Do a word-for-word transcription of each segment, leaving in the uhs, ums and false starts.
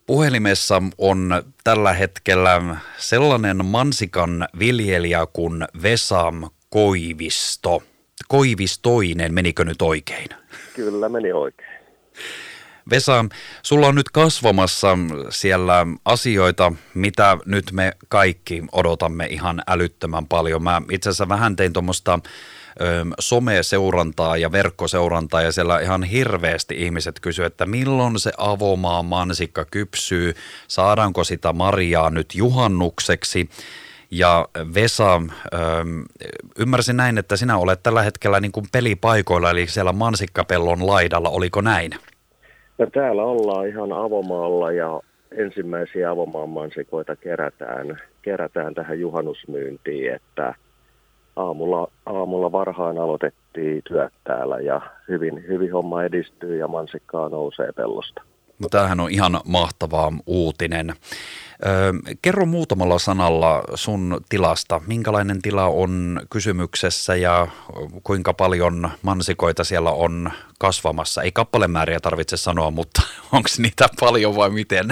Puhelimessa on tällä hetkellä sellainen mansikan viljelijä kuin Vesa Koivisto. Koivistoinen, menikö nyt oikein? Kyllä meni oikein. Vesa, sulla on nyt kasvamassa siellä asioita, mitä nyt me kaikki odotamme ihan älyttömän paljon. Mä itse asiassa vähän tein tuommoista some-seurantaa ja verkkoseurantaa ja siellä ihan hirveästi ihmiset kysyvät, että milloin se avomaa mansikka kypsyy, saadaanko sitä marjaa nyt juhannukseksi. Ja Vesa, ymmärsin näin, että sinä olet tällä hetkellä niin kuin pelipaikoilla, eli siellä mansikkapellon laidalla, oliko näin? No täällä ollaan ihan avomaalla ja ensimmäisiä avomaan mansikoita kerätään, kerätään tähän juhannusmyyntiin, että aamulla, aamulla varhain aloitettiin työt täällä ja hyvin, hyvin homma edistyy ja mansikkaa nousee pellosta. No tämähän on ihan mahtava uutinen. Öö, kerro muutamalla sanalla sun tilasta. Minkälainen tila on kysymyksessä ja kuinka paljon mansikoita siellä on kasvamassa? Ei kappalemääriä tarvitse sanoa, mutta onko niitä paljon vai miten?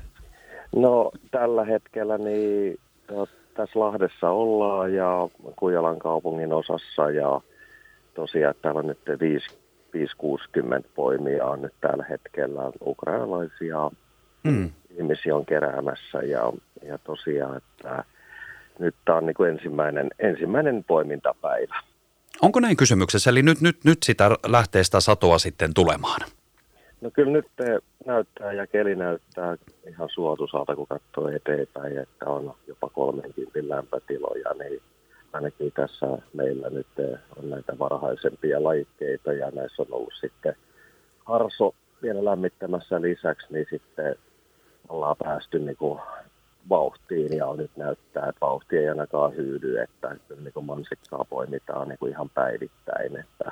No tällä hetkellä niin tässä Lahdessa ollaan ja Kujalan kaupungin osassa ja tosiaan täällä on nyt viisi kuusikymmentä poimia on nyt tällä hetkellä. Ukrainalaisia mm. ihmisiä on keräämässä ja, ja tosiaan, että nyt tämä on niin kuin ensimmäinen, ensimmäinen poimintapäivä. Onko näin kysymyksessä? Eli nyt, nyt, nyt sitä lähtee sitä satoa sitten tulemaan? No kyllä nyt näyttää ja keli näyttää ihan suotuisalta, kun katsoo eteenpäin, että on jopa kolmenkympin lämpötiloja, niin ainakin tässä meillä nyt on näitä varhaisempia lajikkeita ja näissä on ollut sitten harso vielä lämmittämässä lisäksi, niin sitten ollaan päästy niin kuin vauhtiin ja nyt näyttää, että vauhti ei ainakaan hyydy, että niin kuin mansikkaa poimitaan niin kuin ihan päivittäin, että,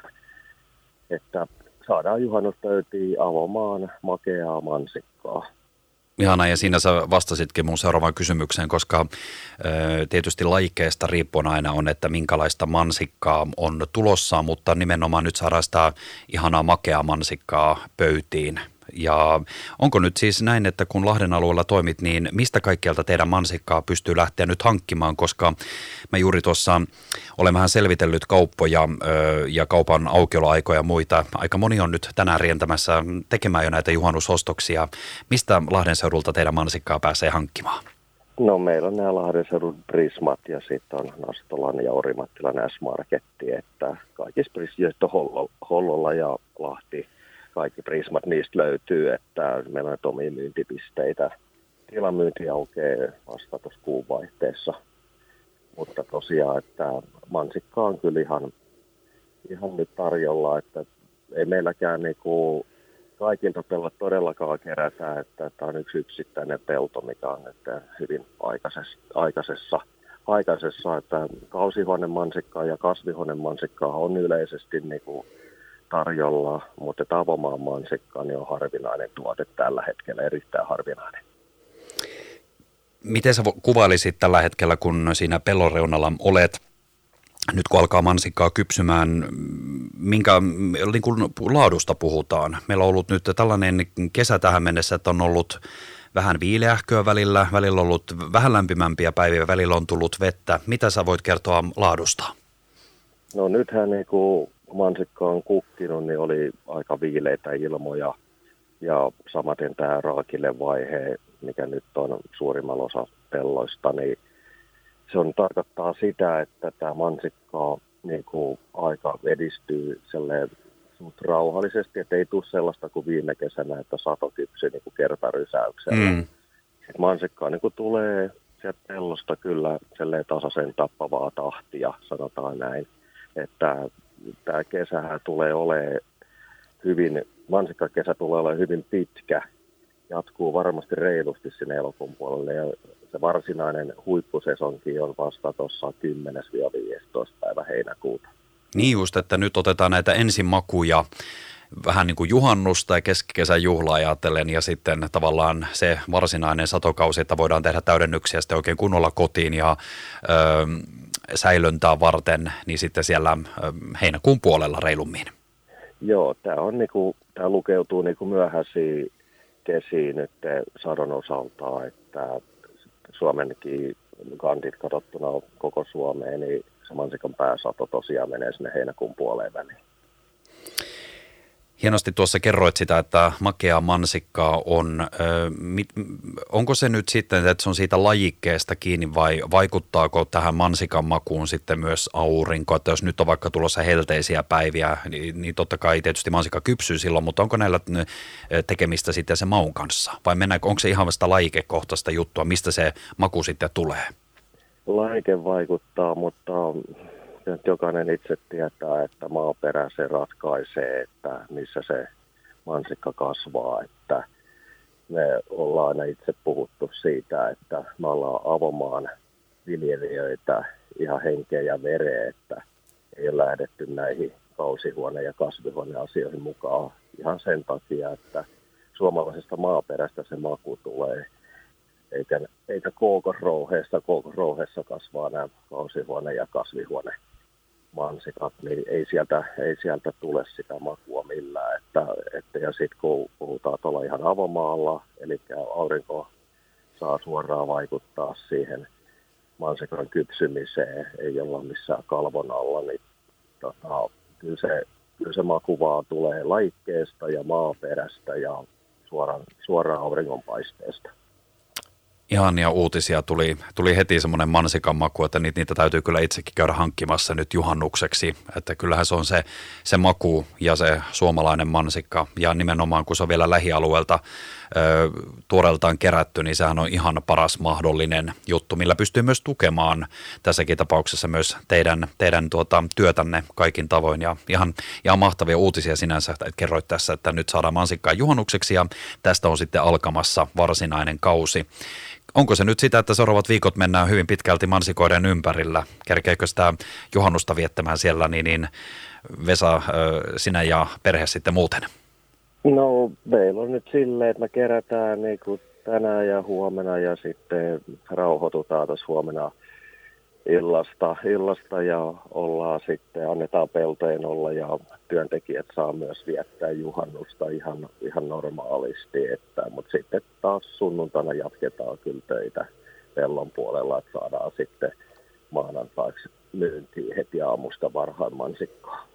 että saadaan juhannuspöytiin avomaan makeaa mansikkaa. Ihana, ja siinä sä vastasitkin mun seuraavaan kysymykseen, koska ö, tietysti lajikkeesta riippuen aina on, että minkälaista mansikkaa on tulossa, mutta nimenomaan nyt saadaan sitä ihanaa makeaa mansikkaa pöytiin. Ja onko nyt siis näin, että kun Lahden alueella toimit, niin mistä kaikkialta teidän mansikkaa pystyy lähteä nyt hankkimaan, koska mä juuri tuossa olen vähän selvitellyt kauppoja ö, ja kaupan aukioloaikoja ja muita. Aika moni on nyt tänään rientämässä tekemään jo näitä juhannusostoksia. Mistä Lahden seudulta teidän mansikkaa pääsee hankkimaan? No meillä on nämä Lahden seudun Prismat ja sitten on Nastolan ja Orimattilan S-Marketti, että kaikissa Prismissa on Hollolla ja Lahti. Kaikki Prismat niistä löytyy, että meillä on omia myyntipisteitä. Tilamyynti aukeaa vasta tuossa kuun vaihteessa. Mutta tosiaan, että mansikka on kyllä ihan, ihan nyt tarjolla, että ei meilläkään niinku kaikilta pellot todellakaan kerätä, että tämä on yksi yksittäinen pelto, mikä on nyt hyvin aikaisessa, aikaisessa, aikaisessa että kausihuonemansikkaa ja kasvihuonemansikkaa on yleisesti niinku tarjolla, mutta avomaan mansikka niin on harvinainen tuote tällä hetkellä, erittäin harvinainen. Miten sä kuvailisit tällä hetkellä, kun siinä pellon reunalla olet, nyt kun alkaa mansikkaa kypsymään, minkä niin kuin laadusta puhutaan? Meillä on ollut nyt tällainen kesä tähän mennessä, että on ollut vähän viileähköä välillä, välillä on ollut vähän lämpimämpiä päiviä, välillä on tullut vettä. Mitä sä voit kertoa laadusta? No nythän niin kuin mansikka on kukkinut, niin oli aika viileitä ilmoja ja samaten tämä raakille vaihe, mikä nyt on suurimmalla osa pelloista, niin se on tarkoittaa sitä, että tämä mansikka niin kuin aika edistyy suht rauhallisesti, että ei tule sellaista kuin viime kesänä, että sato kypsy niin kuin kertarysäyksellä. Mm. Sitten mansikkaa niin kuin tulee sieltä pellosta kyllä tasaisen tappavaa tahtia, sanotaan näin, että tämä kesähän tulee olemaan hyvin, mansikkakesä tulee olemaan hyvin pitkä, jatkuu varmasti reilusti sinne elokuun puolelle ja se varsinainen huippusesonki on vasta tuossa kymmenes viidestoista päivä heinäkuuta. Niin just, että nyt otetaan näitä ensimakuja vähän niin kuin juhannusta ja keskikesän juhlaa ajatellen ja sitten tavallaan se varsinainen satokausi, että voidaan tehdä täydennyksiä sitten oikein kunnolla kotiin ja öö, säilöntää varten, niin sitten siellä heinäkuun puolella reilummin. Joo, tämä on niinku, tämä lukeutuu niinku myöhäisiin kesiin nyt sadon osalta, että Suomenkin kantit katsottuna koko Suomeen, niin se mansikan pääsato tosiaan menee sinne heinäkuun puoleen väliin. Hienosti tuossa kerroit sitä, että makeaa mansikkaa on. Onko se nyt sitten, että se on siitä lajikkeesta kiinni vai vaikuttaako tähän mansikan makuun sitten myös aurinko? Että jos nyt on vaikka tulossa helteisiä päiviä, niin, niin totta kai tietysti mansikka kypsyy silloin, mutta onko näillä tekemistä sitten se maun kanssa? Vai mennäänkö, onko se ihan vasta lajikekohtaista juttua, mistä se maku sitten tulee? Laike vaikuttaa, mutta jokainen itse tietää, että maaperä se ratkaisee, että missä se mansikka kasvaa. Että me ollaan aina itse puhuttu siitä, että me ollaan avomaan viljelijöitä ihan henkeä ja vereä, että ei ole lähdetty näihin kausihuone- ja kasvihuoneasioihin mukaan ihan sen takia, että suomalaisesta maaperästä se maku tulee. Eikä, eikä kookosrouheessa, kookosrouheessa kasvaa nämä kausihuone- ja kasvihuone mansikat, niin ei sieltä, ei sieltä tule sitä makua millään. Että, että, ja sitten kun puhutaan tuolla ihan avomaalla, eli aurinko saa suoraan vaikuttaa siihen mansikan kypsymiseen, ei olla missään kalvon alla, niin tota, kyllä, se, kyllä se maku vaan tulee laikkeesta ja maaperästä ja suoraan, suoraan auringonpaisteesta. Ihania uutisia, tuli, tuli heti semmoinen mansikan maku, että niitä, niitä täytyy kyllä itsekin käydä hankkimassa nyt juhannukseksi, että kyllähän se on se, se maku ja se suomalainen mansikka ja nimenomaan kun se on vielä lähialueelta ö, tuoreeltaan kerätty, niin sehän on ihan paras mahdollinen juttu, millä pystyy myös tukemaan tässäkin tapauksessa myös teidän, teidän tuota, työtänne kaikin tavoin ja ihan, ihan mahtavia uutisia sinänsä, että kerroit tässä, että nyt saadaan mansikkaa juhannukseksi ja tästä on sitten alkamassa varsinainen kausi. Onko se nyt sitä, että seuraavat viikot mennään hyvin pitkälti mansikoiden ympärillä? Kerkeekö sitä juhannusta viettämään siellä, niin, niin Vesa, sinä ja perhe sitten muuten? No, meillä on nyt silleen, että me kerätään niin kuin tänään ja huomenna ja sitten rauhoitutaan tässä huomenna illasta, illasta ja ollaan sitten, annetaan peltojen olla ja työntekijät saa myös viettää juhannusta ihan, ihan normaalisti, että, mutta sitten taas sunnuntaina jatketaan kyllä töitä pellon puolella, että saadaan sitten maanantaiksi myyntiin heti aamusta varhain mansikkaa.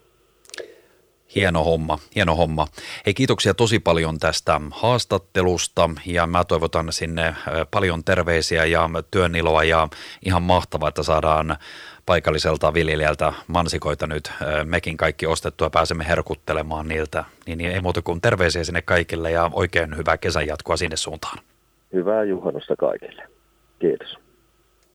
Hieno homma, hieno homma. Hei, kiitoksia tosi paljon tästä haastattelusta ja mä toivotan sinne paljon terveisiä ja työniloa ja ihan mahtavaa, että saadaan paikalliselta viljelijältä mansikoita nyt mekin kaikki ostettua ja pääsemme herkuttelemaan niiltä. Niin ei muuta kuin terveisiä sinne kaikille ja oikein hyvää kesän jatkoa sinne suuntaan. Hyvää juhannusta kaikille. Kiitos.